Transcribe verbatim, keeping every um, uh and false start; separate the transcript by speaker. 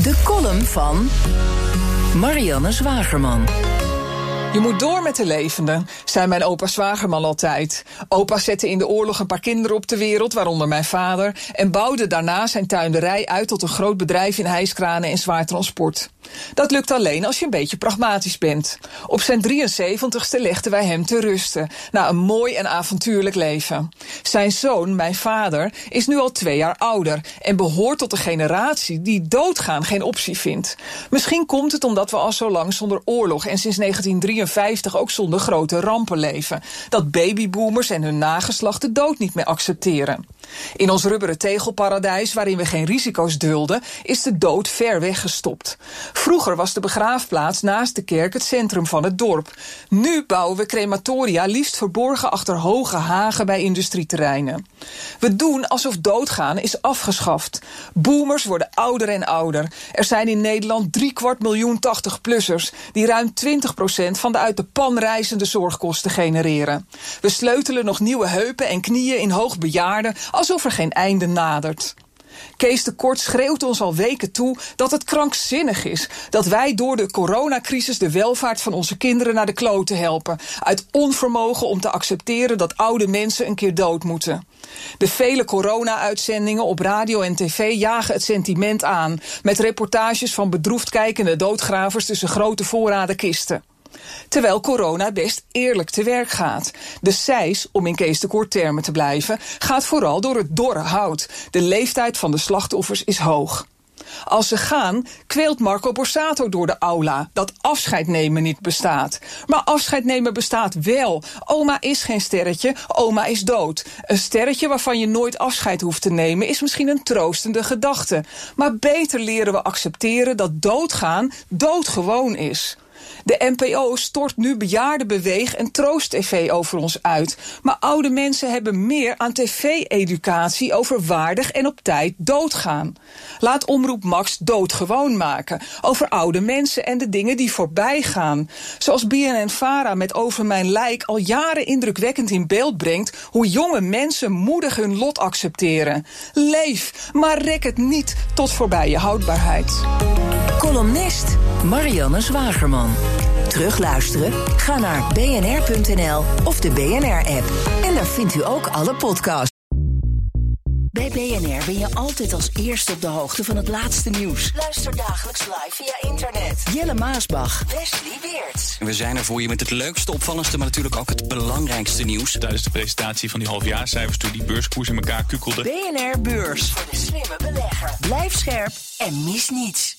Speaker 1: De column van Marianne Zwagerman.
Speaker 2: Je moet door met de levenden, zei mijn opa Zwagerman altijd. Opa zette in de oorlog een paar kinderen op de wereld, waaronder mijn vader, en bouwde daarna zijn tuinderij uit tot een groot bedrijf in hijskranen en zwaar transport. Dat lukt alleen als je een beetje pragmatisch bent. Op zijn drieënzeventigste legden wij hem te rusten, na een mooi en avontuurlijk leven. Zijn zoon, mijn vader, is nu al twee jaar ouder en behoort tot de generatie die doodgaan geen optie vindt. Misschien komt het omdat we al zo lang zonder oorlog en sinds negentien drieënvijftig ook zonder grote rampen leven, dat babyboomers en hun nageslacht de dood niet meer accepteren. In ons rubberen tegelparadijs, waarin we geen risico's dulden, is de dood ver weggestopt. Vroeger was de begraafplaats naast de kerk het centrum van het dorp. Nu bouwen we crematoria liefst verborgen achter hoge hagen bij industrieterreinen. We doen alsof doodgaan is afgeschaft. Boomers worden ouder en ouder. Er zijn in Nederland driekwart miljoen tachtig-plussers... die ruim twintig procent van de uit de pan reizende zorgkosten genereren. We sleutelen nog nieuwe heupen en knieën in hoogbejaarden, alsof er geen einde nadert. Kees de Kort schreeuwt ons al weken toe dat het krankzinnig is dat wij door de coronacrisis de welvaart van onze kinderen naar de kloten helpen, uit onvermogen om te accepteren dat oude mensen een keer dood moeten. De vele corona-uitzendingen op radio en tv jagen het sentiment aan, met reportages van bedroefd kijkende doodgravers tussen grote voorraden kisten. Terwijl corona best eerlijk te werk gaat. De cijs, om in Kees de Kort termen te blijven, gaat vooral door het dorre hout. De leeftijd van de slachtoffers is hoog. Als ze gaan, kweelt Marco Borsato door de aula dat afscheid nemen niet bestaat. Maar afscheid nemen bestaat wel. Oma is geen sterretje, oma is dood. Een sterretje waarvan je nooit afscheid hoeft te nemen is misschien een troostende gedachte. Maar beter leren we accepteren dat doodgaan doodgewoon is. De N P O stort nu bejaarde beweeg- en troost-tv over ons uit. Maar oude mensen hebben meer aan tv-educatie over waardig en op tijd doodgaan. Laat Omroep Max doodgewoon maken. Over oude mensen en de dingen die voorbij gaan. Zoals B N N-Vara met Over Mijn Lijk al jaren indrukwekkend in beeld brengt hoe jonge mensen moedig hun lot accepteren. Leef, maar rek het niet tot voorbij je houdbaarheid.
Speaker 1: Columnist Marianne Zwagerman. Terugluisteren? Ga naar b n r punt n l of de B N R-app. En daar vindt u ook alle podcasts. Bij B N R ben je altijd als eerste op de hoogte van het laatste nieuws. Luister dagelijks live via internet. Jelle Maasbach. Wesley Weerts.
Speaker 3: We zijn er voor je met het leukste, opvallendste, maar natuurlijk ook het belangrijkste nieuws.
Speaker 4: Tijdens de presentatie van die halfjaarcijfers toen die beurskoers in elkaar kukkelde.
Speaker 1: B N R Beurs. Voor de slimme belegger. Blijf scherp en mis niets.